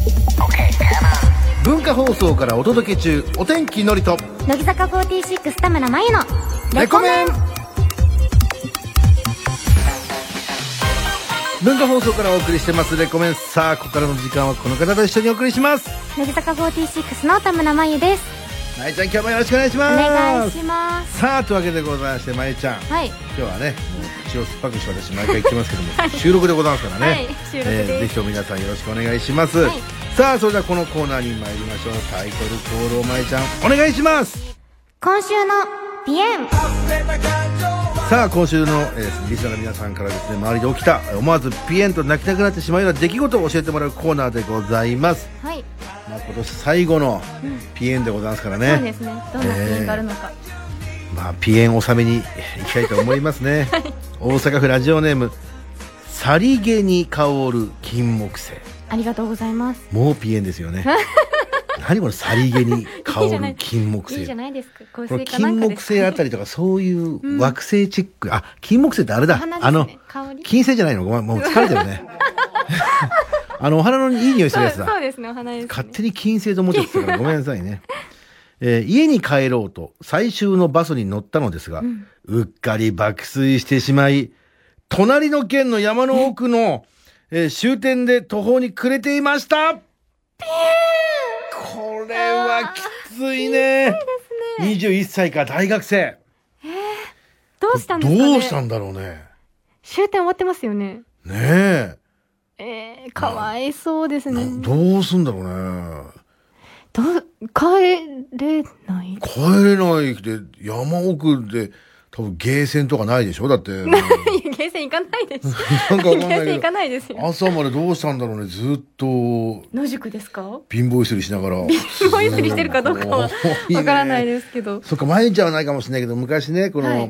文化放送からお届け中、お天気のりと乃木坂46田村真由のレコメン。文化放送からお送りしてますレコメン。さあここからの時間はこの方と一緒にお送りします。 乃木坂46の田村真由です。 まゆちゃん、今日もよろしくお願いします。 お願いします。 さあというわけでございまして、まゆちゃん、 はい、 今日はね、もう口を酸っぱくして私毎回言ってますけども、はい、収録でございますからね、 はい、収録です。 ぜひとも皆さんよろしくお願いします、 はい、 さあそれではこのコーナーに参りましょう。タイトルコールをまゆちゃんお願いします。 今週のピエン。 さあ今週の、リスナーの皆さんからですね、周りで起きた思わずピエンと泣きたくなってしまうような出来事を教えてもらうコーナーでございます。 はい、 まあ、今年最後のピエンでございますからね、 そうですね、どんなピエンがあるのか、 まあ、ピエン納めに行きたいと思いますね、はい、大阪府ラジオネームさりげに香る金木犀。 ありがとうございます。 もうピエンですよね何これさりげに香る金木犀。 いいじゃないですか。 この金木犀あたりとかそういう惑星チック、あ、金木犀ってあれだ、 ね、 金星じゃないの、ごめん、もう疲れてるねお花のいい匂いするやつだ。 そうですね、お花ですね。 勝手に金星と思っちゃってたからごめんなさいね家に帰ろうと最終のバスに乗ったのですが、うっかり爆睡してしまい、隣の県の山の奥の、終点で途方に暮れていました。これはきついね。21歳か大学生。 どうしたんですかね。 どうしたんだろうね。 終点終わってますよね。 ねえ。かわいそうですね。 どうすんだろうね。 帰れない。 帰れないで山奥で多分ゲーセンとかないでしょ。だってゲーセン行かないでしょなんかわかんないけど、ゲーセン行かないですよ。 朝までどうしたんだろうね。ずっと野宿ですか。 貧乏ゆすりしながら。 貧乏ゆすりしてるかどうかはわからないですけど。 そっか、毎日はないかもしれないけど、昔ね、この、はい、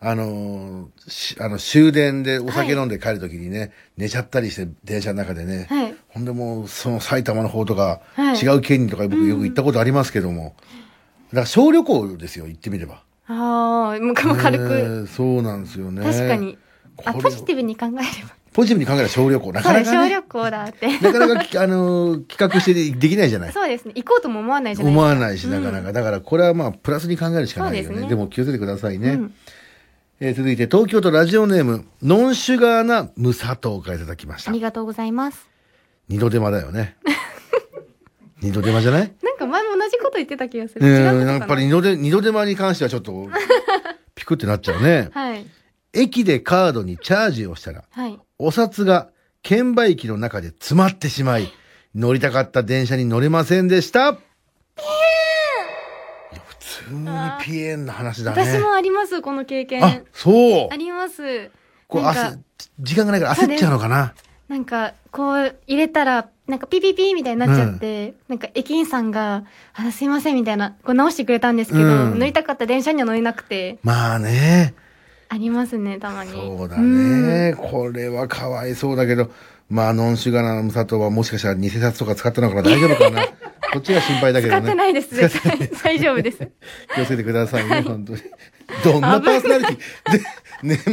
終電でお酒飲んで帰るときにね、はい、寝ちゃったりして電車の中でね、はい、ほんでもうその埼玉の方とか、はい、違う県にとか僕よく行ったことありますけども、だから小旅行ですよ、行ってみれば。 ああ、もう軽く、 そうなんですよね。 確かに。ポジティブに考えれば。 ポジティブに考えれば小旅行。なかなかね。 小旅行だって。 なかなか企画してできないじゃない。 そうですね。行こうとも思わないじゃないですか。 思わないし、なかなか。だからこれはまあ、プラスに考えるしかないよね。でも気をつけてくださいね。続いて、東京都ラジオネーム、ノンシュガーな無砂糖からいただきました。 ありがとうございます。 二度手間だよね。二度手間じゃない？ なんか前も同じこと言ってた気がする。やっぱり二度手間に関してはちょっと、ピクってなっちゃうね。 はい。 駅でカードにチャージをしたら、はい、お札が券売機の中で詰まってしまい、乗りたかった電車に乗れませんでした。ピエーン。いや、普通にピエーンの話だね。 私もあります、この経験。 あ、そう。 あります。 こう時間がないから焦っちゃうのかな。 なんか、こう、入れたら、なんかピピピみたいになっちゃって、なんか駅員さんが、すいませんみたいな、こう直してくれたんですけど、乗りたかった電車には乗れなくて。 まあね。 ありますね、たまに。 そうだね。これはかわいそうだけど、まあ、ノンシュガーな無砂糖はもしかしたら偽札とか使ったのかな、大丈夫かな。こっちが心配だけどね。 使ってないです。大丈夫です。 気をつけてくださいね、本当に。どんなパーソナリティで、年末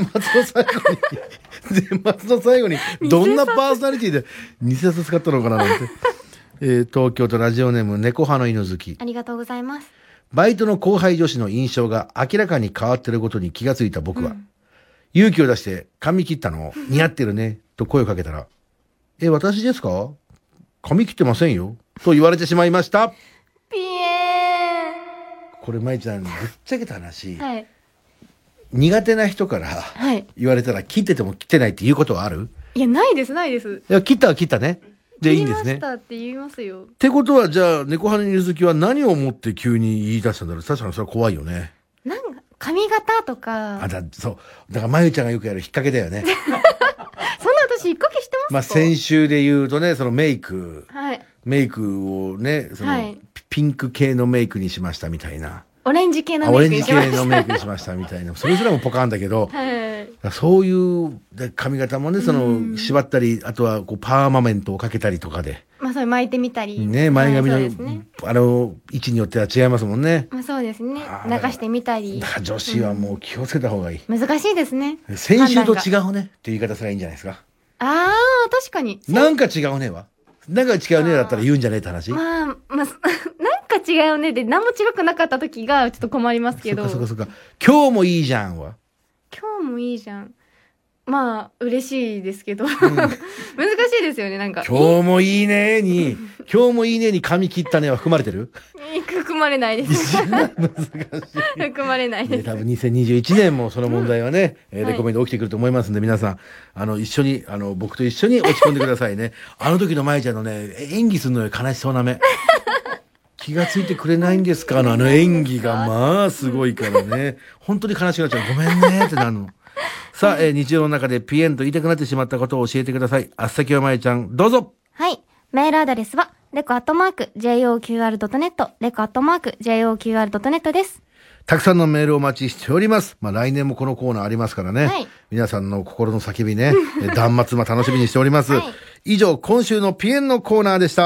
の最後に、どんなパーソナリティで偽札使ったのかななんて。東京都ラジオネーム、猫派の犬好き。 ありがとうございます。 バイトの後輩女子の印象が明らかに変わっていることに気がついた僕は、勇気を出して髪切ったの似合ってるね、と声をかけたら、私ですか？髪切ってませんよ。と言われてしまいました。 ピエー。これ、まいちゃん、ぶっちゃけた話、 はい、 苦手な人から言われたら、切ってても切ってないっていうことはある？ いや、ないです、ないです。 いや、切ったは切ったね。でいいんですね。 切りましたって言いますよ。 ってことは、じゃあ、猫派の犬好きは何をもって急に言い出したんだろう。確かにそれは怖いよね。 なんか、髪型とか。 そう。だから、まゆちゃんがよくやる引っ掛けだよね。 そんな私、引っ掛けしてますか？ まあ、先週で言うとね、そのメイク。 はい。 メイクをね、ピンク系のメイクにしましたみたいな。 オレンジ系のメイクにしました。 オレンジ系のメイクにしましたみたいな。それすらもポカンだけど、はい、そういう髪型もね、縛ったり、あとはこうパーマメントをかけたりとかで。 まあ、それ巻いてみたり。 ね、前髪の、位置によっては違いますもんね。 まあ、そうですね。流してみたり。 だから女子はもう気をつけた方がいい。 難しいですね。 先週と違うねっていう言い方すらいいんじゃないですか。 ああ、確かに。 なんか違うねは。 なんか違うねだったら言うんじゃねえって話。 なんか違うねで、何も違くなかった時がちょっと困りますけど。 そっか。今日もいいじゃんは。 今日もいいじゃん。まあ、嬉しいですけど。難しいですよね、なんか。 今日もいいねに、今日もいいねに髪切ったねは含まれてる？ 含まれないです。 難しい。 含まれないです。 多分2021年もその問題はね、レコメンド起きてくると思いますんで、皆さん、一緒に、僕と一緒に落ち込んでくださいね。あの時の舞ちゃんのね、演技するのよ、悲しそうな目。気がついてくれないんですか？演技がまあすごいからね。本当に悲しくなっちゃう。ごめんねってなるの。さあ、日常の中でピエンと言いたくなってしまったことを教えてください。あっさきはまえちゃん、どうぞ。 はい。メールアドレスは、reco@joqr.net、reco@joqr.net です。 たくさんのメールをお待ちしております。来年もこのコーナーありますからね。 はい、 皆さんの心の叫びね、断末魔楽しみにしております。はい、以上、今週のピエンのコーナーでした。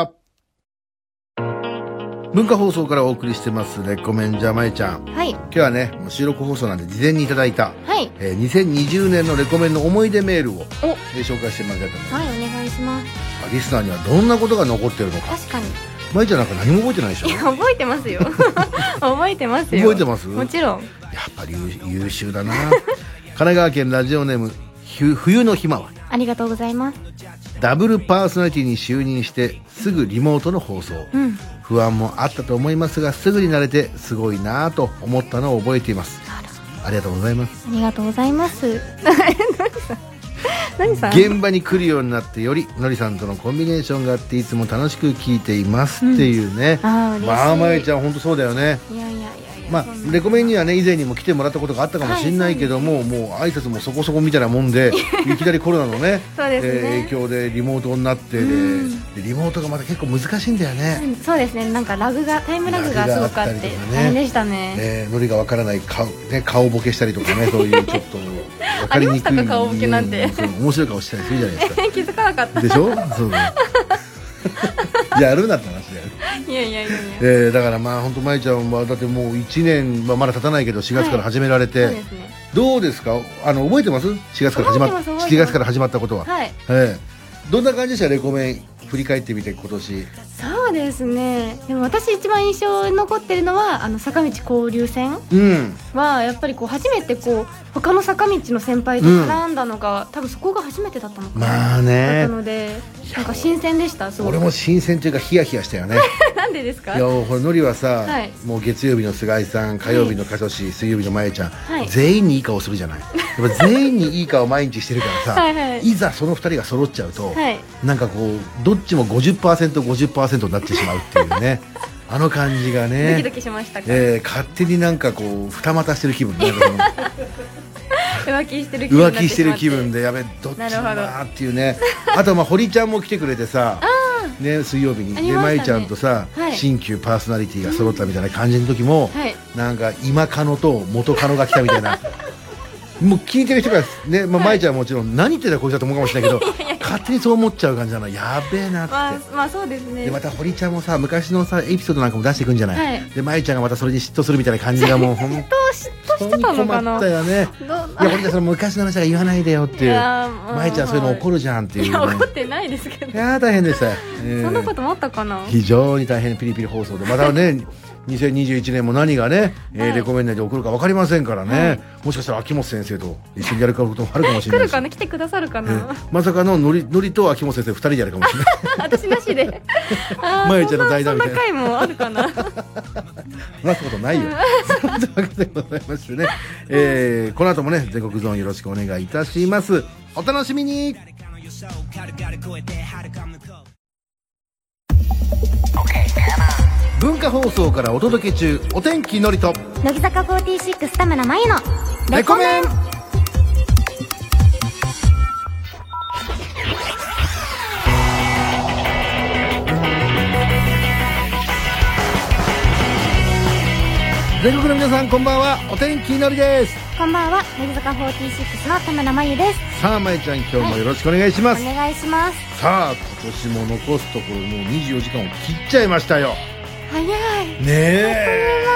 文化放送からお送りしてますレコメンジャーまえちゃん。はい。今日はね、収録放送なんで事前にいただいた、はい。2020年のレコメンの思い出メールを、紹介してもらいたいと思います。 はい、お願いします。 リスナーにはどんなことが残ってるのか。 確かに。 まえちゃんなんか何も覚えてないでしょ？いや、 覚えてますよ。覚えてますよ。 覚えてます？ もちろん。 やっぱり優秀だな。神奈川県ラジオネーム、冬のひまわり。 ありがとうございます。 ダブルパーソナリティに就任してすぐリモートの放送。不安もあったと思いますが、すぐに慣れてすごいなぁと思ったのを覚えています。ありがとうございます。 ありがとうございます。何さん？ 現場に来るようになってよりのりさんとのコンビネーションがあっていつも楽しく聞いていますっていうね。まあまえちゃん本当そうだよね。いやレコメンにはね以前にも来てもらったことがあったかもしれないけども、もう挨拶もそこそこみたいなもんでいきなりコロナのね影響でリモートになってでリモートがまた結構難しいんだよね。 そうですね、なんかタイムラグがすごくあって大変でしたね。 ノリがわからない顔ボケしたりとかね、そういうちょっとわかりにくい顔ボケなんて面白い顔したりするじゃないですか。 気づかなかったでしょ。そうやるなって話だよね。いやだから本当まいちゃんはだってもう1年はまだ経たないけど4月から始められて、どうですか？覚えてます？4月から7月から始まったことは。どんな感じでした？レコメン振り返ってみて今年。 そうですね、でも私一番印象に残ってるのは坂道交流戦はやっぱり初めて他の坂道の先輩と絡んだのが、多分そこが初めてだったのかな。だったのでなんか新鮮でした。すごく俺も新鮮というかヒヤヒヤしたよね。 なんでですか？ いやこれのりはさ、もう月曜日の菅井さん、火曜日の加藤氏、水曜日のまえちゃん、全員にいい顔するじゃない。やっぱ全員にいい顔毎日してるからさいざその2人が揃っちゃうと、なんかどっちも 50%50% になってしまうっていうね。あの感じがね、 ドキドキしましたか？ 勝手になんか二股してる気分ね。 浮気してる気分でやべどっちだなっていうね。あと堀ちゃんも来てくれてさね、水曜日にでまいちゃんとさ新旧パーソナリティが揃ったみたいな感じの時も、なんか今カノと元カノが来たみたいな。もう聞いてる人がね、まいちゃんはもちろん何言ってたらこいつだと思うかもしれないけど勝手にそう思っちゃう感じなの。やべえなって。 まあそうですね。 でまた堀ちゃんもさ昔のさエピソードなんかも出していくんじゃない。でまいちゃんがまたそれに嫉妬するみたいな感じがもう本当に困ったよね。いや堀ちゃんその昔の話は言わないでよっていう。まいちゃんそういうの怒るじゃんっていう。 いや怒ってないですけど。 いや大変でしたよ。 そんなこともあったかな。 非常に大変ピリピリ放送でまたね。2021年も何がね、レコメン内で起こるか分かりませんからね、もしかしたら秋元先生と一緒にやることもあるかもしれないし。 来るかな、来てくださるかな。 まさかののりと秋元先生2人でやるかもしれない。 私なしで。 まゆちゃんの代打みたいな。 そんな回もあるかな。 話すことないよ。そんなわけでございましてね、この後もね全国ゾーンよろしくお願いいたします。お楽しみに。文化放送からお届け中、お天気のりと乃木坂46田村真由のレコメン。全国の皆さんこんばんは、お天気のりです。 こんばんは、乃木坂46の田村真由です。 さあまゆちゃん今日もよろしくお願いします。 お願いします。 さあ今年も残すところもう24時間を切っちゃいましたよ。 早いねえ。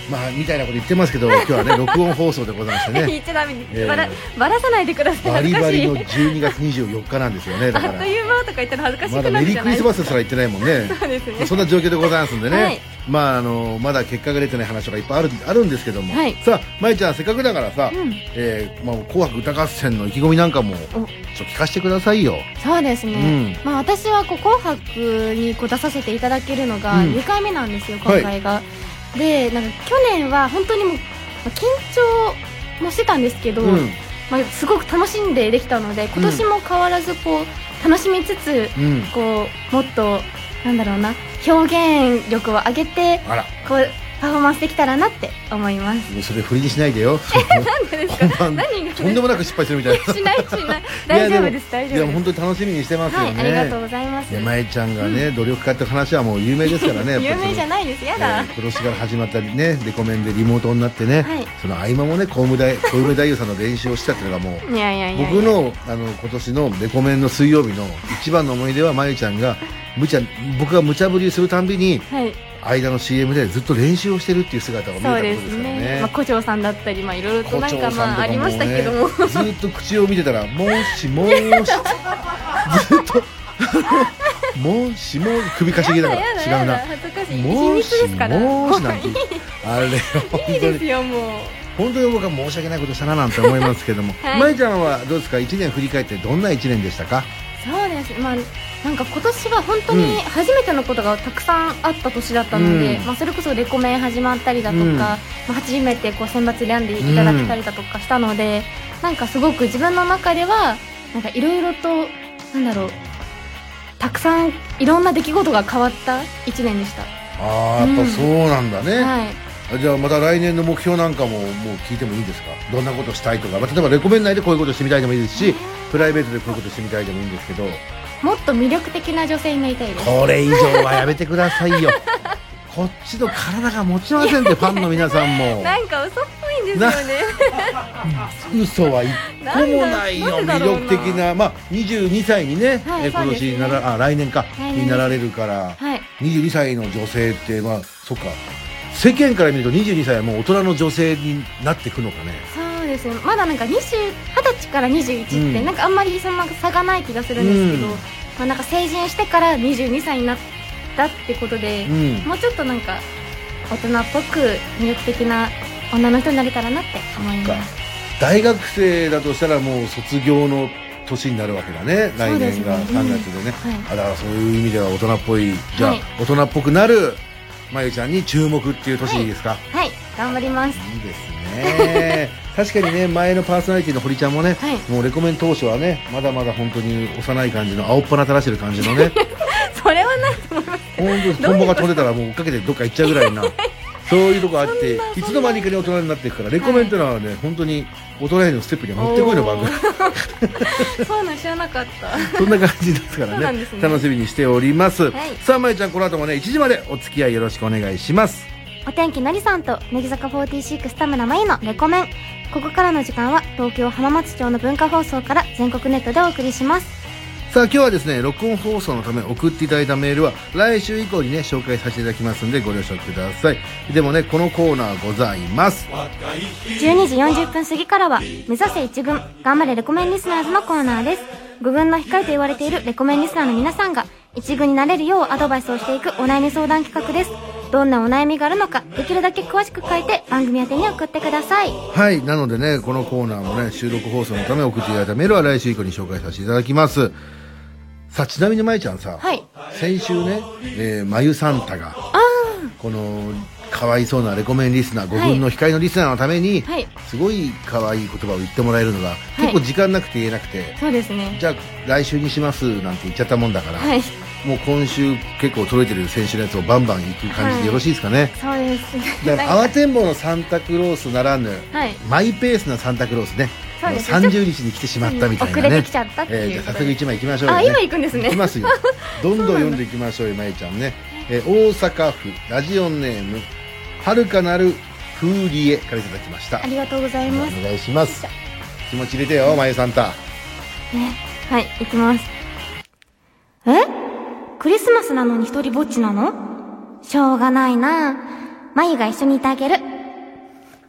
まあみたいなこと言ってますけど、今日はね録音放送でございましてね。 言っちゃダメです。ばらさないでください。 バリバリの12月24日なんですよね。だからあっという間とか言ったら恥ずかしくなまだメリークリスマスすら言ってないもんね。 そうですね。 そんな状況でございますんでね。 はい、 まあまだ結果が出てない話とかいっぱいあるんですけども、はい、さあまいちゃんせっかくだからさ、まあ紅白歌合戦の意気込みなんかもちょっと聞かせてくださいよ。 そうですね。まあ私は紅白に出させていただけるのが2回目なんですよ、今回が。でなんか去年は本当にもう緊張もしてたんですけど、まあ、すごく楽しんでできたので今年も変わらずこう楽しみつつ、こうもっとなんだろうな表現力を上げてこうパフォーマンスできたらなって思います。 それ振りにしないでよ。 なんでですか。何がとんでもなく失敗するみたいな。 しない大丈夫です大丈夫です。 いや本当に楽しみにしてますよね。 はい、ありがとうございます。 まいちゃんがね、努力家って話はもう有名ですからね。 有名じゃないです。やだ。 今年から始まったりね、レコメンでリモートになってね、その合間もね小梅太夫さんの練習をしたっていうのがもう僕の今年のレコメンの水曜日の一番の思い出はまいちゃんが僕が無茶ぶりするたんびに。間の CM でずっと練習をしてるっていう姿を見たことですからね。 まあ古城さんだったりいろいろとなんかまあありましたけども、 ずっと口を見てたらもしもしずっともしも首かしげながら違うなもしもしなんてあれいいですよもう。 本当に僕は申し訳ないことしたななんて思いますけども、まいちゃんはどうですか。1年振り返ってどんな1年でしたか。 そうです。まあなんか今年は本当に初めてのことがたくさんあった年だったので、まあそれこそレコメン始まったりだとか、まあ初めてこう選抜で選んでいただけたりだとかしたので、なんかすごく自分の中ではなんかいろいろとなんだろうたくさんいろんな出来事が変わった1年でした。 ああ、やっぱそうなんだね。はい。じゃあまた来年の目標なんかも聞いてもいいですか。どんなことしたいとか、まあ、例えばレコメン内でこういうことしてみたいでもいいですし、プライベートでこういうことしてみたいでもいいんですけど、 もっと魅力的な女性になりたいです。 これ以上はやめてくださいよ。こっちの体が持ちませんってファンの皆さんも。 なんか嘘っぽいんですよね。 嘘は一個もないよ。魅力的な、まあ22歳にね、今年に来年かになられるから、22歳の女性ってまあそっか世間から見ると22歳はもう大人の女性になっていくのかね。 そうですね。まだなんか20歳から21ってなんかあんまりそんな差がない気がするんですけど、まあなんか成人してから22歳になったってことで、もうちょっとなんか大人っぽく魅力的な女の人になれたらなって思います。 大学生だとしたらもう卒業の年になるわけだね。来年が3月でね。だからそういう意味では大人っぽい、じゃあ大人っぽくなるまゆちゃんに注目っていう年ですか。 はい、頑張ります。 いいですね。確かにね、前のパーソナリティの堀ちゃんもね、もうレコメン当初はね、まだまだ本当に幼い感じの青っ鼻垂らしてる感じのね。 それはないと思います。 本当にトンボが飛んでたらもう追っかけてどっか行っちゃうぐらいな。そういうとこあっていつの間にかに大人になっていくからレコメンというのはね、本当に大人へのステップにはもってこいの番組。 そうなん知らなかった。 そんな感じですからね、楽しみにしております。さあまゆちゃんこの後もね1時までお付き合いよろしくお願いします。 お天気のりさんと乃木坂46田村真由のレコメン。ここからの時間は東京浜松町の文化放送から全国ネットでお送りします。 さあ今日はですね録音放送のため送っていただいたメールは来週以降にね紹介させていただきますのでご了承ください。でもねこのコーナーございます。 12時40分過ぎからは目指せ1軍頑張れレコメンリスナーズのコーナーです。5軍の控えと言われているレコメンリスナーの皆さんが1軍になれるようアドバイスをしていくお悩み相談企画です。どんなお悩みがあるのかできるだけ詳しく書いて番組宛てに送ってください。 はい、なのでねこのコーナーもね収録放送のため送っていただいたメールは来週以降に紹介させていただきます。さあちなみにまゆちゃんさ、先週ね、まゆサンタがこのかわいそうなレコメンリスナー5軍の控えのリスナーのために、すごいかわいい言葉を言ってもらえるのが、結構時間なくて言えなくて、 そうですね、 じゃあ来週にしますなんて言っちゃったもんだから、もう今週結構届いてる先週のやつをバンバンいく感じでよろしいですかね。 そうですね。 だから慌てんぼうのサンタクロースならぬ、マイペースなサンタクロースね。30日に来てしまったみたいなね。 遅れてきちゃったっていう。 じゃあ早速1枚いきましょうよね。 今行くんですね。 行きますよ。どんどん読んでいきましょうよまゆちゃんね。大阪府ラジオネームはるかなるフーリエからいただきました。 ありがとうございます。 お願いします。気持ち入れてよまゆサンタ。 はい行きます。クリスマスなのに一人ぼっちなの？しょうがないな。まゆが一緒にいてあげる。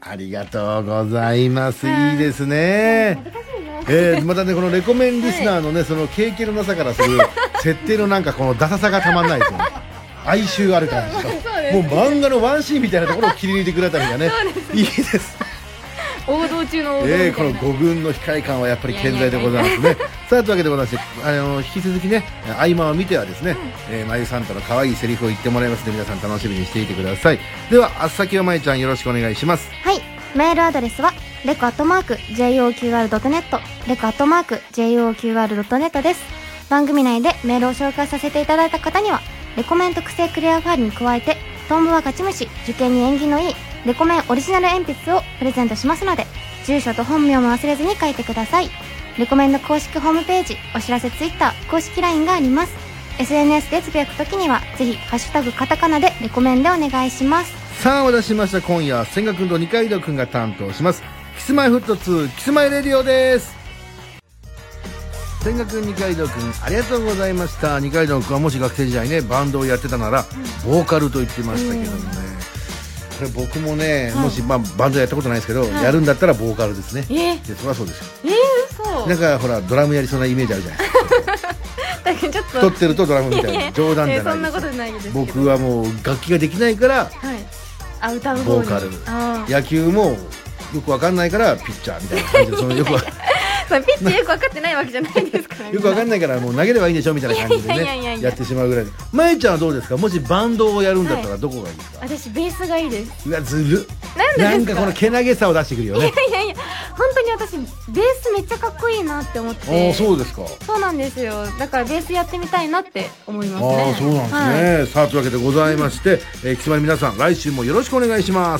ありがとうございます。いいですね。またね、このレコメンリスナーのね、その経験のなさからする設定のなんかこのダサさがたまんないですよね。哀愁ある感じが、もう漫画のワンシーンみたいなところを切り抜いてくれたりがね、いいです。 王道中の王道みたいな、 この5軍の控え感はやっぱり健在でございますね。さあ、というわけでございまして、引き続きね、合間を見てはですね、まゆさんとの可愛いセリフを言ってもらいますので、皆さん楽しみにしていてください。では、あっさきはまゆちゃん、よろしくお願いします。 はい、メールアドレスはレコ@joqr.net、レコ@joqr.net です。番組内でメールを紹介させていただいた方には、レコメン特製クリアファイルに加えて、トンボは勝ち虫、受験に縁起のいいレコメンオリジナル鉛筆をプレゼントしますので、住所と本名も忘れずに書いてください。レコメンの公式ホームページ、お知らせツイッター、公式 LINE があります。 SNS でつぶやくときにはぜひハッシュタグカタカナでレコメンでお願いします。 さあ、お出ししました。今夜千賀君と二階堂君が担当しますキスマイフット2キスマイレディオです。千賀君、二階堂君、ありがとうございました。二階堂君はもし学生時代ね、バンドをやってたなら、ボーカルと言ってましたけどもね、これ僕もね、もし、バンドやったことないですけど、やるんだったらボーカルですね。で、そりゃそうですよ。 嘘。 なんかほら、ドラムやりそうなイメージあるじゃないですか。 だけどちょっと太ってるとドラムみたいな。冗談じゃないです。 そんなことないですけど。 僕はもう楽器ができないから、 歌うボーカル。野球もよくわかんないからピッチャーみたいな感じで、そのよくピッチよく分かってないわけじゃないですから、 よくわかんないからもう投げればいいんでしょみたいな感じでね、やってしまうぐらいで。まゆちゃんはどうですか？もしバンドをやるんだったらどこがいいですか？ 私ベースがいいです。 うわ、ずる。 なんかこのけなげさを出してくるよね。 いや本当に私ベースめっちゃかっこいいなって思って。 そうですか。 そうなんですよ。だからベースやってみたいなって思いますね。 そうなんですね。さあ、というわけでございまして、キスマイ皆さん、来週もよろしくお願いします。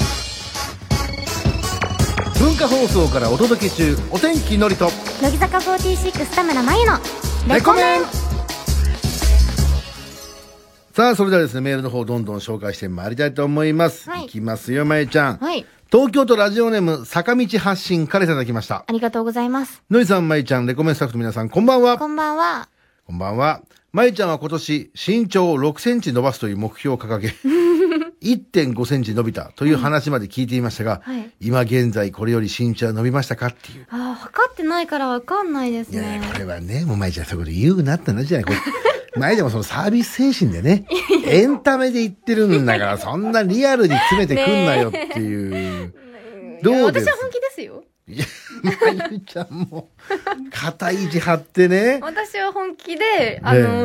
文化放送からお届け中、お天気のりと乃木坂46田村真由のレコメン。 さあ、それではですね、メールの方どんどん紹介してまいりたいと思います。いきますよ、まゆちゃん。東京都ラジオネーム坂道発信からいただきました。 ありがとうございます。 のりさん、まゆちゃん、レコメンスタッフの皆さん、こんばんは。 こんばんは。 こんばんは。まゆちゃんは今年身長を6センチ伸ばすという目標を掲げ1.5 センチ伸びたという話まで聞いていましたが、今現在これより身長は伸びましたかっていう。 測ってないから分かんないですね。 いや、これはね、もうまゆちゃんそういうこと言うなって話じゃない。これまゆちゃんもそのサービス精神でね、エンタメで言ってるんだから、そんなリアルに詰めてくんなよっていう。どうですか？ 私は本気ですよ。 いや、まゆちゃんも肩意地張ってね。 私は本気で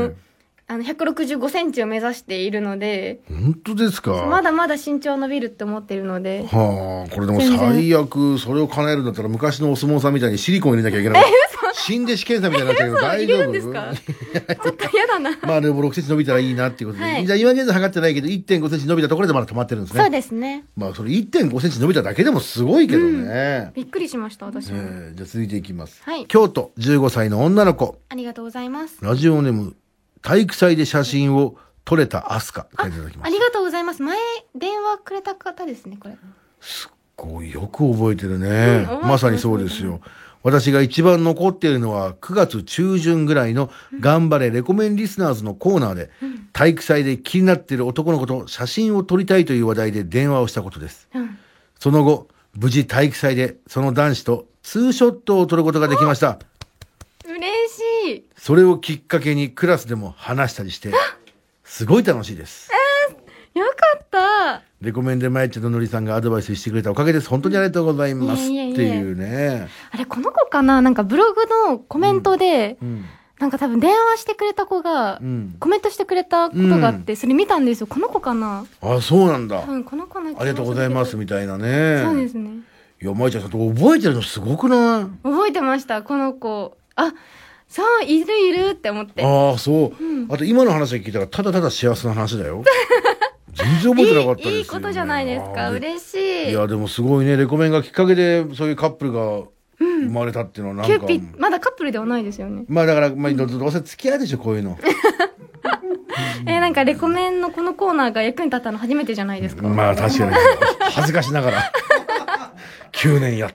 165センチを目指しているので。 本当ですか？ まだまだ身長伸びるって思ってるので。 これでも最悪それを叶えるんだったら昔のお相撲さんみたいにシリコン入れなきゃいけない。新弟子検査みたいになっちゃうけど大丈夫？ 入れるんですか？ちょっと嫌だな。 まあでも6センチ伸びたらいいなっていうことで、じゃあ今現在測ってないけど 1.5 センチ伸びたところでまだ止まってるんですね。 そうですね。 まあそれ 1.5 センチ伸びただけでもすごいけどね。 びっくりしました私も。 じゃあ続いていきます。京都15歳の女の子。 ありがとうございます。 ラジオネーム体育祭で写真を撮れたアスカ。 ありがとうございます。前電話くれた方ですね、これ。 すっごいよく覚えてるね。まさにそうですよ。私が一番残っているのは9月中旬ぐらいの頑張れレコメンリスナーズのコーナーで、体育祭で気になっている男の子と写真を撮りたいという話題で電話をしたことです。その後、無事体育祭でその男子とツーショットを撮ることができました。 嬉しい。 それをきっかけにクラスでも話したりして、すごい楽しいです。 よかった。 レコメンでまゆちゃんとのりさんがアドバイスしてくれたおかげです。本当にありがとうございますっていうね。 あれ、この子かな、なんかブログのコメントで、なんか多分電話してくれた子が、コメントしてくれたことがあって、それ見たんですよ。この子かな。 あ、そうなんだ。 この子な。 ありがとうございますみたいなね。 そうですね。 いや、まゆちゃん覚えてるのすごくない？ 覚えてました、この子。あ、そう、いるって思って。 ああ、そう。あと今の話を聞いたら、ただただ幸せな話だよ。全然覚えてなかったですよ。 いいことじゃないですか。嬉しい。 いや、でもすごいね。レコメンがきっかけで、そういうカップルが生まれたっていうのはなんか。 まだカップルではないですよね。 まあだから、どうせ付き合いでしょ、こういうの。 なんかレコメンのこのコーナーが役に立ったの初めてじゃないですか。 まあ確かに。恥ずかしながら。9年やって。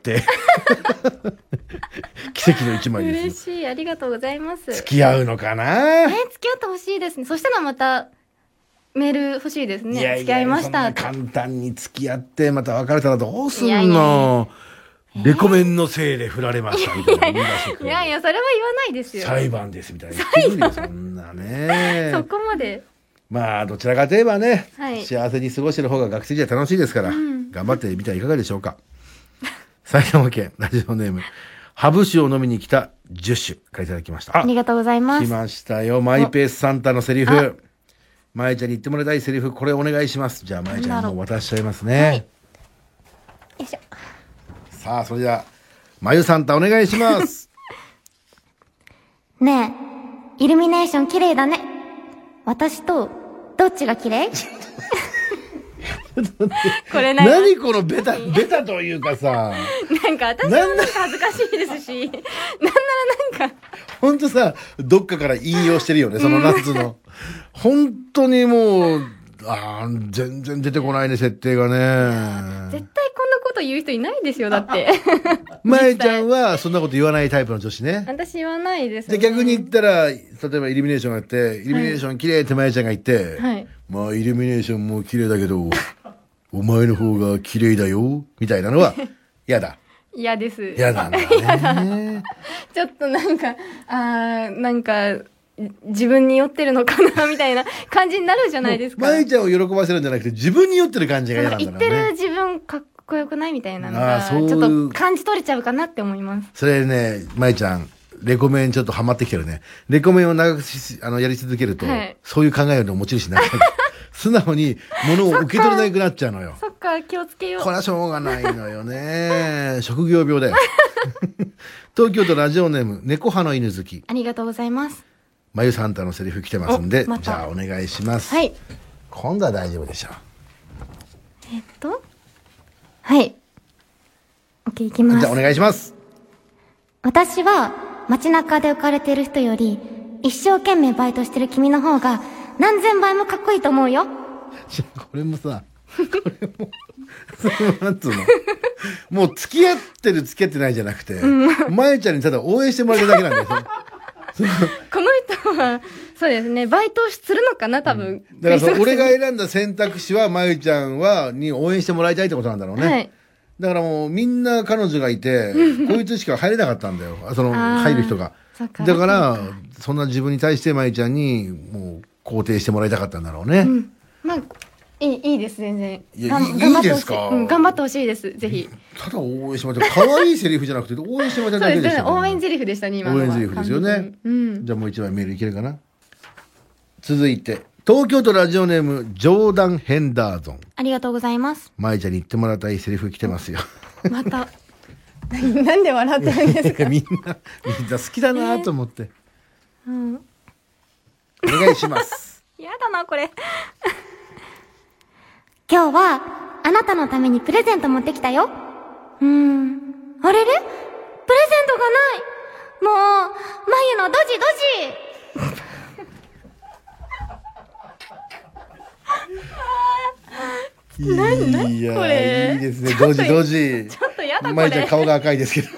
奇跡の一枚です。 嬉しい。ありがとうございます。 付き合うのかな？ 付き合ってほしいですね。そしたらまた、 メール欲しいですね。 いやいや付き合いましたって。 そんな簡単に付き合ってまた別れたらどうすんの。レコメンのせいで振られましたみたいな。 いやいや、それは言わないですよ。 裁判ですみたいな言ってくるよ、そんなね。 そこまで。 まあどちらかといえばね、 はい、 幸せに過ごしてる方が学生時代楽しいですから、頑張ってみてはいかがでしょうか。埼玉県ラジオネームハブ酒を飲みに来た10種からいただきました。 ありがとうございます。 来ましたよ、マイペースサンタのセリフ。まえちゃんに言ってもらいたいセリフ、これお願いします。じゃあまえちゃんにもう渡しちゃいますね。はい、よいしょ。 さあそれではまゆサンタお願いします。 ねえ、イルミネーション綺麗だね。私とどっちが綺麗？これ何このベタというかさ、 なんか私もなんか恥ずかしいですし、なんならなんかほんとさ、どっかから引用してるよね、その夏の。本当にもう全然出てこないね、設定がね。 絶対こんなこと言う人いないですよ、だって。 まえちゃんはそんなこと言わないタイプの女子ね。 私言わないですね。 で、逆に言ったら、例えばイルミネーションがあって、イルミネーション綺麗ってまえちゃんが言って、はい、まあイルミネーションも綺麗だけど、お前の方が綺麗だよ、みたいなのは、嫌だ。 嫌です。 嫌なんだね。 ちょっとなんか、なんか、自分に酔ってるのかなみたいな感じになるじゃないですか。 まえちゃんを喜ばせるんじゃなくて自分に酔ってる感じが嫌なんだろうね。 言ってる自分かっこよくないみたいなのがちょっと感じ取れちゃうかなって思います。 それね、まえちゃんレコメンちょっとハマってきてるね。レコメンを長くやり続けると、はい、そういう考えの持ち主になっちゃう。素直に物を受け取れなくなっちゃうのよ。 そっか、気をつけよう。 これはしょうがないのよね。職業病だよ。東京都ラジオネーム猫派の犬好き。 ありがとうございます。 まゆサンタのセリフ来てますんで、じゃあお願いします。 はい。 今度は大丈夫でしょう。 はい。OK、いきます。 じゃあお願いします。 私は街中で浮かれている人より、一生懸命バイトしてる君の方が何千倍もかっこいいと思うよ。 これもさ、なんつうのもう付き合ってる付き合ってないじゃなくて、まゆちゃんにただ応援してもらえるだけなんだよ。 この人は、そうですね、バイトするのかな、多分。 だから俺が選んだ選択肢は、まゆちゃんに応援してもらいたいってことなんだろうね。はい。だからもうみんな彼女がいて、こいつしか入れなかったんだよ。入る人が。だから、そんな自分に対してまゆちゃんに、もう肯定してもらいたかったんだろうね。まあ、 いいです、全然。 いいですか？ 頑張ってほしいです、ぜひ。 ただ応援してもらって、可愛いセリフじゃなくて、応援してもらっただけでしたね。 応援セリフでしたね、今のは。 応援セリフですよね。じゃあもう一枚メールいけるかな。続いて、東京都ラジオネーム、ジョーダン・ヘンダーゾン。 ありがとうございます。 まいちゃんに言ってもらいたいセリフ来てますよ。 また。なんで笑ってるんですか？ みんな好きだなと思って。お願いします。 やだな、これ。今日は、あなたのためにプレゼント持ってきたよ。あれれ？プレゼントがない。もう、眉のドジドジ。 いや、いいですね。ドジドジ。 ちょっとやだこれ。 まいちゃん顔が赤いですけど。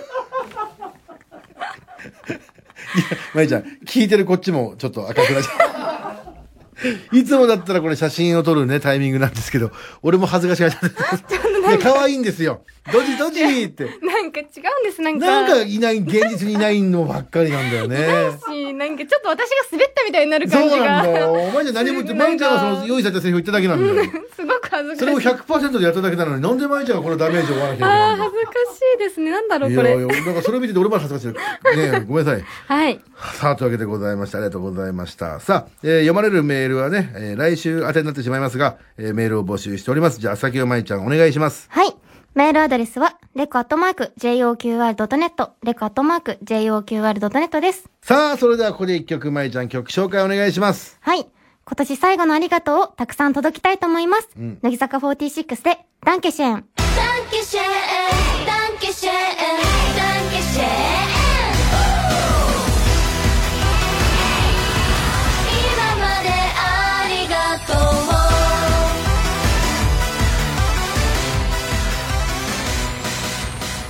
まいちゃん、聞いてるこっちもちょっと赤くなっちゃう。いつもだったらこれ写真を撮るね、タイミングなんですけど、俺も恥ずかしがっちゃって。いや、可愛いんですよ。ドジドジって。 なんか違うんです、なんかいない、現実にいないのばっかりなんだよね。 なんかちょっと私が滑ったみたいになる感じが。 そうなんだよ。お前じゃ何も言って、まいちゃんがその用意されたセリフ言っただけなんだよ。 すごく恥ずかしい。 それを 100% でやっただけなのに、なんでまいちゃんがこのダメージを負わなきゃいけないの？ 恥ずかしいですね。なんだろう、これ。 いや、なんかそれ見てて俺まで恥ずかしい。ね、ごめんなさい。 はい。 さあ、というわけでございました。ありがとうございました。さあ、読まれるメールはね、来週当てになってしまいますが、メールを募集しております。じゃあ、先をまいちゃんお願いします。 はい。メールアドレスは、reco@joqr.net、reco@joqr.net です。 さあ、それではここで一曲、まいちゃん曲紹介お願いします。 はい。今年最後のありがとうをたくさん届きたいと思います。乃木坂46で、ダンケシェーン。ダンケシェーン、ダンケシェーン、ダンケシェーン。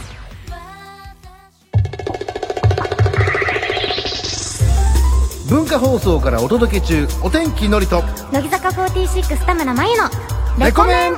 文化田放送からお届け中、お天気のりと乃木坂46田村真由のレコメン。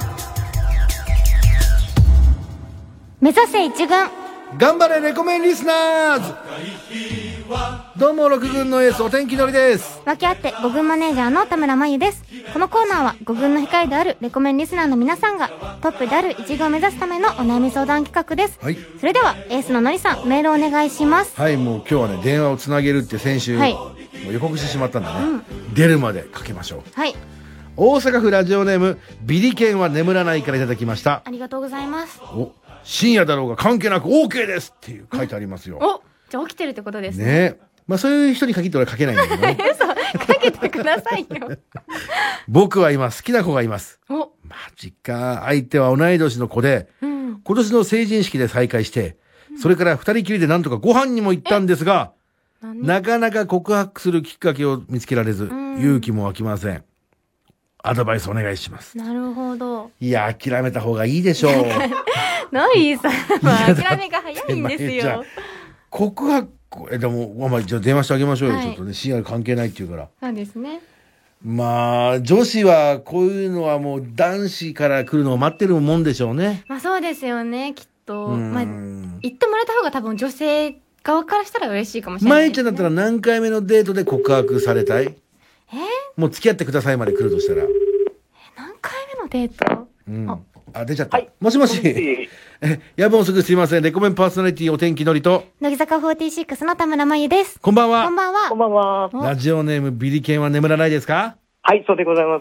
目指せ一軍。 頑張れレコメンリスナーズ。どうも6軍のエースお天気のりです。 分け合って5軍マネージャーの田村真由です。このコーナーは5軍の控えであるレコメンリスナーの皆さんがトップである1軍を目指すためのお悩み相談企画です、 はい、 それではエースののりさん、メールお願いします。 はい、もう今日はね、電話をつなげるって先週、はい、もう予告してしまったんでね、出るまでかけましょう。 はい。 大阪府ラジオネームビリケンは眠らないからいただきました。 ありがとうございます。 お、深夜だろうが関係なく OK ですっていう書いてありますよ。 お、じゃあ起きてるってことですね。 ね。まあそういう人に限って俺は書けないんだけどね。 嘘、かけてくださいよ。 僕は今好きな子がいます。 お、 マジか。相手は同い年の子で、今年の成人式で再会して、それから二人きりでなんとかご飯にも行ったんですが、なかなか告白するきっかけを見つけられず、勇気も湧きません。アドバイスお願いします。 なるほど。 いや、諦めた方がいいでしょう。 ノイさんは諦めが早いんですよ。 告白、でも、まあ、じゃあ電話してあげましょうよ、はい、ちょっとね、深夜関係ないって言うから。 そうですね。 まあ、女子はこういうのはもう男子から来るのを待ってるもんでしょうね。 まあそうですよね、きっと。まあ、言ってもらえた方が多分女性側からしたら嬉しいかもしれない、ね。 まゆちゃんだったら何回目のデートで告白されたい？もう付き合ってくださいまで来るとしたら。 何回目のデート？ あ、出ちゃった。 はい、 もしもし。夜分遅くすいません。レコメンパーソナリティお天気のりと。 乃木坂46の田村真由です。 こんばんは。 こんばんは。 こんばんは。 ラジオネームビリケンは眠らないですか？ はい、そうでございます。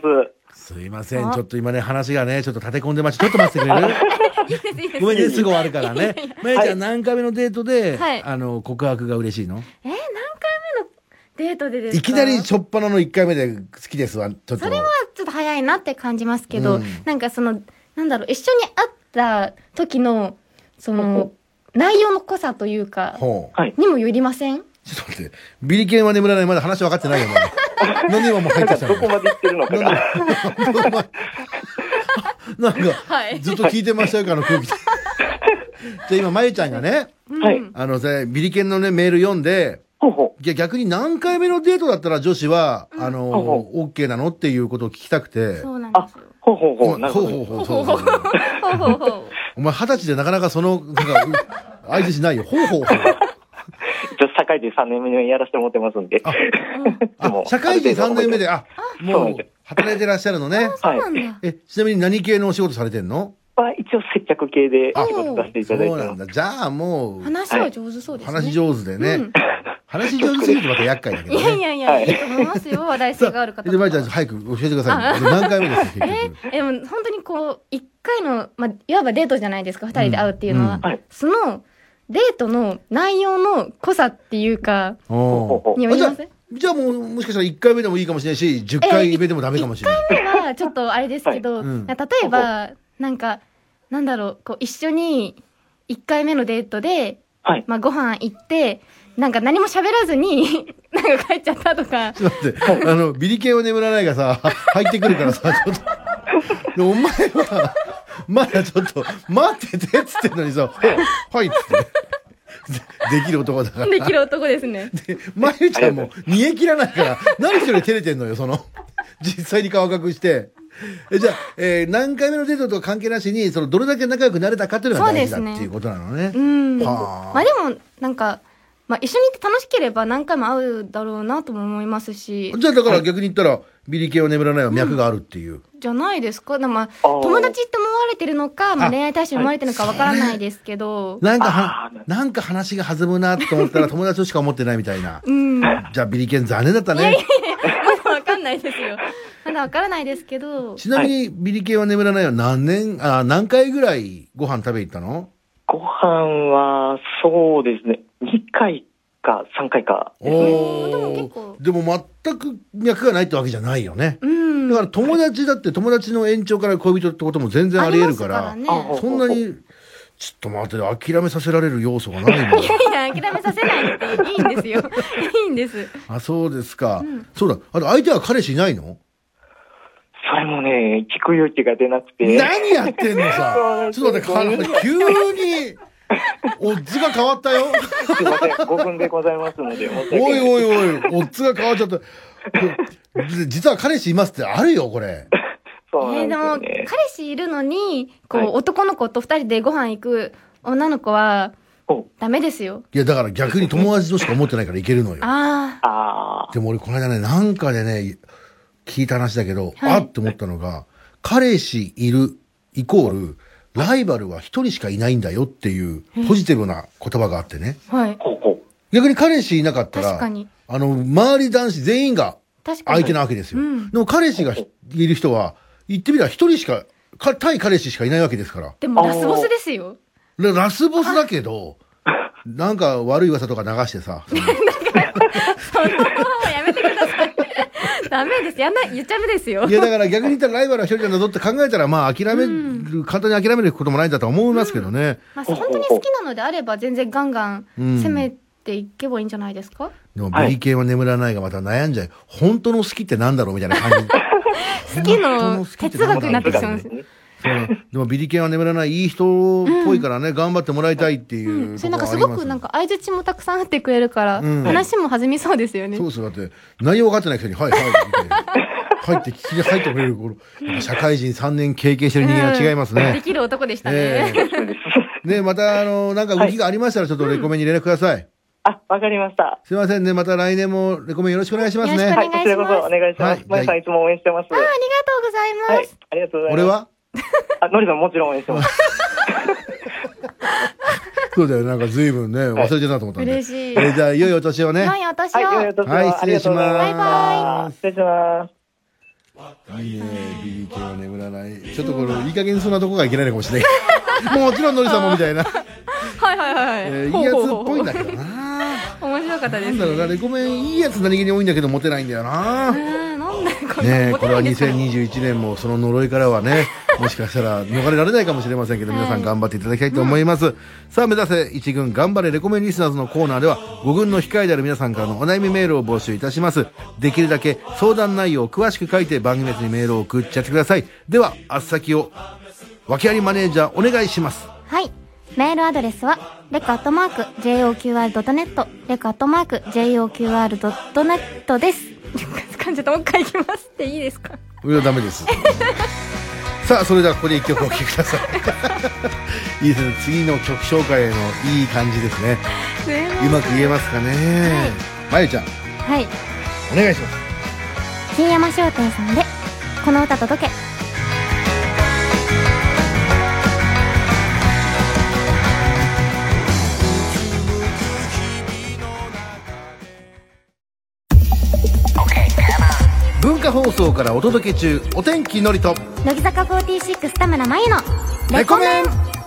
すいません。ちょっと今ね、話がね、ちょっと立て込んでました。ちょっと待ってくれる？ごめんね、すぐ終わるからね。まゆちゃん何回目のデートで、告白が嬉しいの？ 何回目のデートでですか？ いきなり初っ端の1回目で好きですわ。ちょっと。 それはちょっと早いなって感じますけど、なんかその、なんだろう、一緒に会った時の、その、内容の濃さというか、にもよりません？ちょっと待って、ビリケンは眠らない、まだ話分かってないよね。何今もう入ってきたの？ どこまで言ってるのかな。 なんか、ずっと聞いてましたよ、空気。じゃあ今、まゆちゃんがね、ビリケンのね、メール読んで、じゃあ逆に何回目のデートだったら女子は、OK なのっていうことを聞きたくて。 そうなんですよ。 お前20歳でなかなかその、なんか、相手しないよ。 社会人3年目にやらせてもらってますんで。 社会人3年目で、もう、働いてらっしゃるのね。ちなみに何系のお仕事されてんの？ 一応接客系で仕事させていただいてます。 そうなんだ。じゃあもう。 話は上手そうですね。 話上手でね。話上手すぎてまた厄介だけどね。 いや、いいと思いますよ。話題性がある方。 で、まいちゃん、早く教えてください。何回目ですか、結局。 でも、本当にこう、一回の、いわばデートじゃないですか、二人で会うっていうのは。その、デートの内容の濃さっていうか、によりません？ じゃあもう、もしかしたら1回目でもいいかもしれないし、10回目でもダメかもしれない。 1回目はちょっとあれですけど、例えば、なんか、なんだろう、こう、一緒に1回目のデートで、ご飯行って、なんか何も喋らずに、なんか帰っちゃったとか。 ちょっと待って、ビリケンは眠らないがさ、入ってくるからさ、ちょっと。お前は、まだちょっと、待っててっつってんのにさ、はいっつって。できる男だから。 できる男ですね。 で、まゆちゃんも煮え切らないから、何一人照れてんのよ、実際に顔隠して。じゃあ、何回目のデートと関係なしに、どれだけ仲良くなれたかっていうのが大事だっていうことなのね。でも、なんか、一緒にいて楽しければ何回も会うだろうなとも思いますし。 じゃあだから逆に言ったら、ビリケンは眠らないは脈があるっていう。 じゃないですか。友達って思われてるのか、恋愛対象に思われてるのかわからないですけど。 なんか話が弾むなと思ったら友達としか思ってないみたいな。じゃあビリケン残念だったね。 まだわかんないですよ。まだわからないですけど。 ちなみにビリケンは眠らないは何回ぐらいご飯食べ行ったの？ ご飯は、そうですね。2回か3回かですね。 でも全く脈がないってわけじゃないよね。だから友達だって友達の延長から恋人ってことも全然あり得るから、そんなに、ちょっと待って、諦めさせられる要素がないの。 いや、諦めさせないっていいんですよ。いいんです。 あ、そうですか。そうだ。あと相手は彼氏いないの？ それもね、聞く勇気が出なくて。 何やってんのさ。ちょっと待って、急に、 オッズが変わったよ。 すいません、5分でございますので、申し訳ない。 おいおいおい、オッズが変わっちゃった。実は彼氏いますってあるよ、これ。 そうなんでも、 ですよね。 彼氏いるのに、こう、 はい男の子と二人でご飯行く女の子は、ダメですよ。 いや、だから逆に友達としか思ってないからいけるのよ。 ああでも俺この間ね、なんかでね、聞いた話だけど、 はいあって思ったのが、彼氏いるイコール、ライバルは一人しかいないんだよっていうポジティブな言葉があってね。 あ、はい。 ほうほう。 逆に彼氏いなかったら、 確かに周り男子全員が確かに。 相手なわけですよ。 うんでも彼氏がいる人は、言ってみれば一人しか、対彼氏しかいないわけですから。 でも、ラスボスですよ。 ラスボスだけど、なんか悪い噂とか流してさ。 そのままやめてください。ダメです。言っちゃダメですよ。 いや、だから逆に言ったらライバルは一人なんだぞって考えたら、まあ簡単に諦めることもないんだとは思いますけどね。 まあ、本当に好きなのであれば、全然ガンガン攻めていけばいいんじゃないですか？ でも、ビリケンは眠らないがまた悩んじゃう。本当の好きってなんだろうみたいな感じ。 好きの哲学になってきそうです。 そうでもビリケンは眠らないいい人っぽいからね、頑張ってもらいたいっていうそれなんかすごくなんか相槌もたくさん打ってくれるから、話も弾みそうですよね。 そうそう、だって内容分かってないくせに、はいはいみたいな。入って聞きに入ってくれる頃、社会人3年経験してる人間は違いますね。 できる男でしたね。 ね、またなんか動きがありましたらちょっとレコメンに連絡ください。 あ、わかりました。 すいませんね、また来年もレコメンよろしくお願いしますね。 よろしくお願いしますはい、こちらこそお願いします。まゆさんいつも応援してます。 ありがとうございます。 はい、ありがとうございます。 俺はのりさんもちろん応援してます。 そうだよ、なんか随分ね、忘れてたと思ったんで。 嬉しい。 じゃあ、良いお年をね。 良いお年を。 はい、よいお年を。 はい失礼しますありがとうございバイバイ失礼します。 いいね、ビリケンは眠らない。ちょっとこれ、いい加減そんなとこがいけないのかもしれない。もちろんのりさんもみたいな。 はいはいはい。 いいやつっぽいんだけどな。 面白かったです。 なんだろうな、レコメンいいやつ何気に多いんだけどモテないんだよな。 なんでこんなねえ、これはモテないんですかね。 2021年もその呪いからはね、もしかしたら逃れられないかもしれませんけど、皆さん頑張っていただきたいと思います。さあ、目指せ一軍頑張れレコメンリスナーズのコーナーでは、5軍の控えである皆さんからのお悩みメールを募集いたします。できるだけ相談内容を詳しく書いて番組別にメールを送っちゃってください。では、あっさきを、訳ありマネージャーお願いします。 はい。メールアドレスは、レコ@joqr.net、レコ@joqr.net です。感じてもう一回いきますっていいですか？ いや、ダメです。さあ、それではここで一曲お聴きください。いいですね。次の曲紹介のいい感じですね。うまく言えますかね。まゆちゃん、 はい。 お願いします。 金山商店さんで、この歌届け。 文化放送からお届け中、お天気のりと乃木坂46田村真由のレコメン。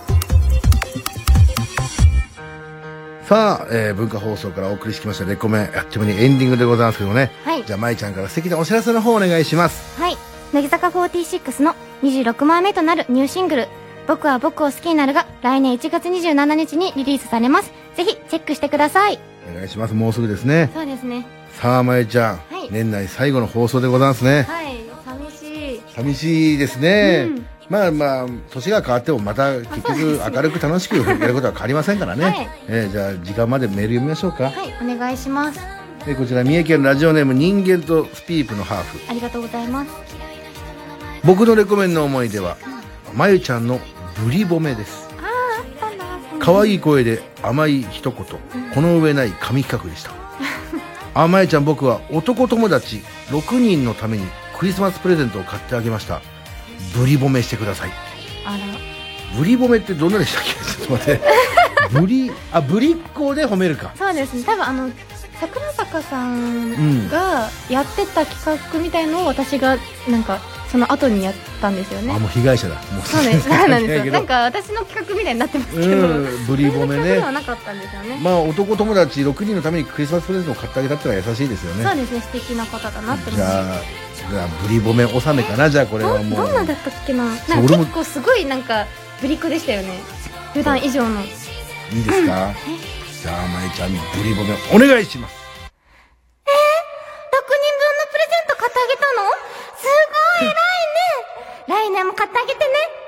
さあ、文化放送からお送りしてきましたレコメン、やってもにエンディングでございますけどね。 はい。 じゃあ、まいちゃんから素敵なお知らせの方お願いします。 はい。乃木坂46の26枚目となるニューシングル、僕は僕を好きになるが来年1月27日にリリースされます。ぜひチェックしてください。 お願いします。もうすぐですね。 そうですね。 さあ、まゆちゃん、 はい年内最後の放送でございますね。 はい。寂しい。 寂しいですね。 うんまあまあ、年が変わってもまた結局明るく楽しくやることは変わりませんからね。 はいじゃあ、時間までメール読みましょうか。 はい。お願いします。 こちら、三重県ラジオネーム人間とスピープのハーフ。 ありがとうございます。 僕のレコメンの思い出は、まゆちゃんのブリボメです。 あったんだ。 可愛い声で甘い一言、この上ない神企画でした。まゆちゃん、僕は男友達6人のためにクリスマスプレゼントを買ってあげました。ブリボメしてください。 あら。 ブリボメってどんなでしたっけ？ちょっと待って。ぶりっ子で褒めるか。 そうですね。多分桜坂さんがやってた企画みたいのを私がなんかその後にやったんですよね。 もう被害者だ。もうそうです。そうなんですよ。なんか私の企画みたいになってますけど、 ブリボメね。 そういう企画ではなかったんですよね。 まあ、男友達6人のためにクリスマスプレゼントを買ってあげたってのは優しいですよね。 そうですね。素敵な方だなって思いじます。 ゃあブリボメ納めかな。じゃあこれはもうどんなだったっけな。なんか俺も結構すごいなんかぶりっ子でしたよね。普段以上の。 いいですか？じゃあまゆちゃんブリボメお願いします。 6人分のプレゼント買ってあげたの？すごい偉いね。来年も買ってあげてね。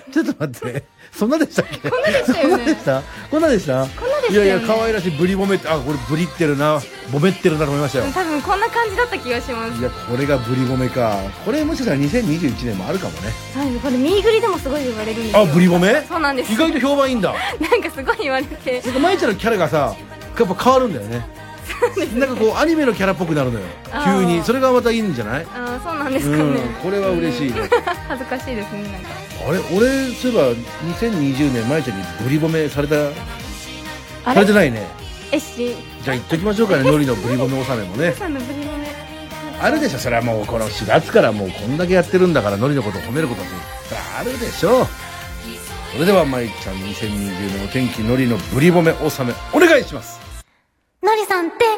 ちょっと待って。そんなでしたっけ？ こんなでしたよね。 こんなでした？ こんなでしたよね。 いやいや、可愛らしいブリボメって、あ、これブリってるな、ボメってるなと思いましたよ。 多分こんな感じだった気がします。 いや、これがブリボメか。これもしかしたら2021年もあるかもね。 はい、これミーグリでもすごい言われるんですよ。 あ、ブリボメ？ そうなんです。 意外と評判いいんだ。 なんかすごい言われて。 なんかまいちゃんのキャラがさ、やっぱ変わるんだよね。なんかこうアニメのキャラっぽくなるのよ。急に。それがまたいいんじゃない？ ああ、そうなんですかね。 これは嬉しいね。 恥ずかしいですね、なんか。 あれ、俺そういえば2020年まいちゃんにブリボメされた？されてないね。じゃあ言っときましょうかね。ノリのブリボメ納めもね。あるでしょ。それはもうこの4月からもうこんだけやってるんだから、ノリのことを褒めることってそれはあるでしょう。それではまいちゃん2020年お天気ノリのブリボメ納めお願いします。 のりさんってすっごく優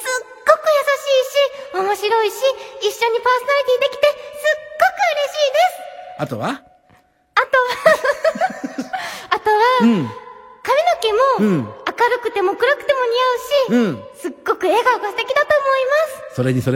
しいし面白いし、一緒にパーソナリティできてすっごく嬉しいです。 あとは髪の毛も明るくても暗くても似合うし、すっごく笑顔が素敵だと思います。 それに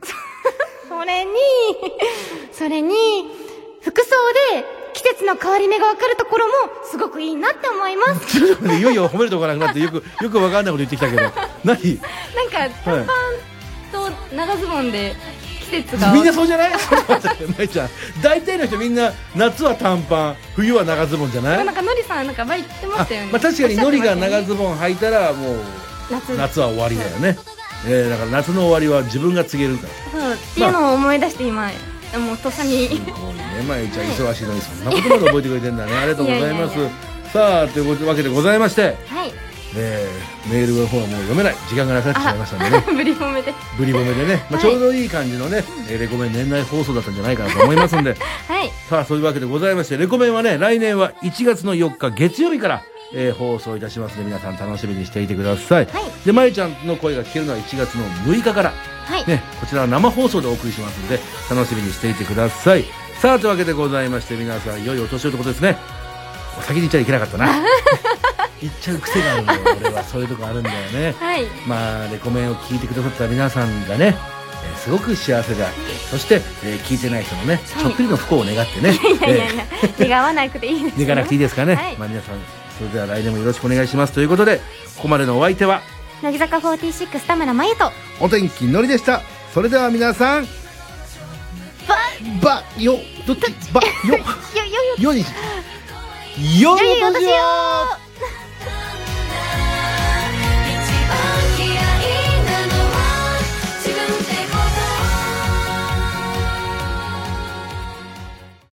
服装で季節の変わり目が分かるところもすごくいいなって思います。 ちょっといよいよ褒めるところなくなってよく分かんないこと言ってきたけど何？ なんか短パンと長ズボンで季節がみんなそうじゃない？まいちゃん大体の人みんな夏は短パン冬は長ズボンじゃない？ なんかのりさんなんか前言ってましたよね。 まあ確かにのりが長ズボン履いたらもう夏は終わりだよね。だから夏の終わりは自分が告げるから。 そうっていうのを思い出して今もうとっさに。 すごいね、まゆちゃん忙しいのにそんなことまで覚えてくれてんだね。ありがとうございます。さあというわけでございまして、はい、メールの方はもう読めない時間がなくなってしまいましたんでね。ブリボメでね、まあ、ちょうどいい感じのね、レコメン年内放送だったんじゃないかなと思いますんで、はい、さあそういうわけでございまして、レコメンはね来年は1月の4日月曜日から放送いたしますので、皆さん楽しみにしていてください。はい、でまゆちゃんの声が聞けるのは1月の6日から、はいね、こちらは生放送でお送りしますので楽しみにしていてください。さあというわけでございまして、皆さん良いお年をということですね。お先に言っちゃいけなかったな。言っちゃう癖があるんだよ。俺はそういうとこあるんだよね。はい、まあレコメンを聞いてくださった皆さんがね、すごく幸せであって、そして、聞いてない人のね、ちょっぴりの不幸を願ってね。 願わなくていいですよ。 願わなくていいですかね。はい、まあ皆さんそれでは来年もよろしくお願いしますということで、ここまでのお相手は乃木坂46田村真由とお天気のりでした。それでは皆さんばよどっちばよよよよよよよよよよよよよよよよよ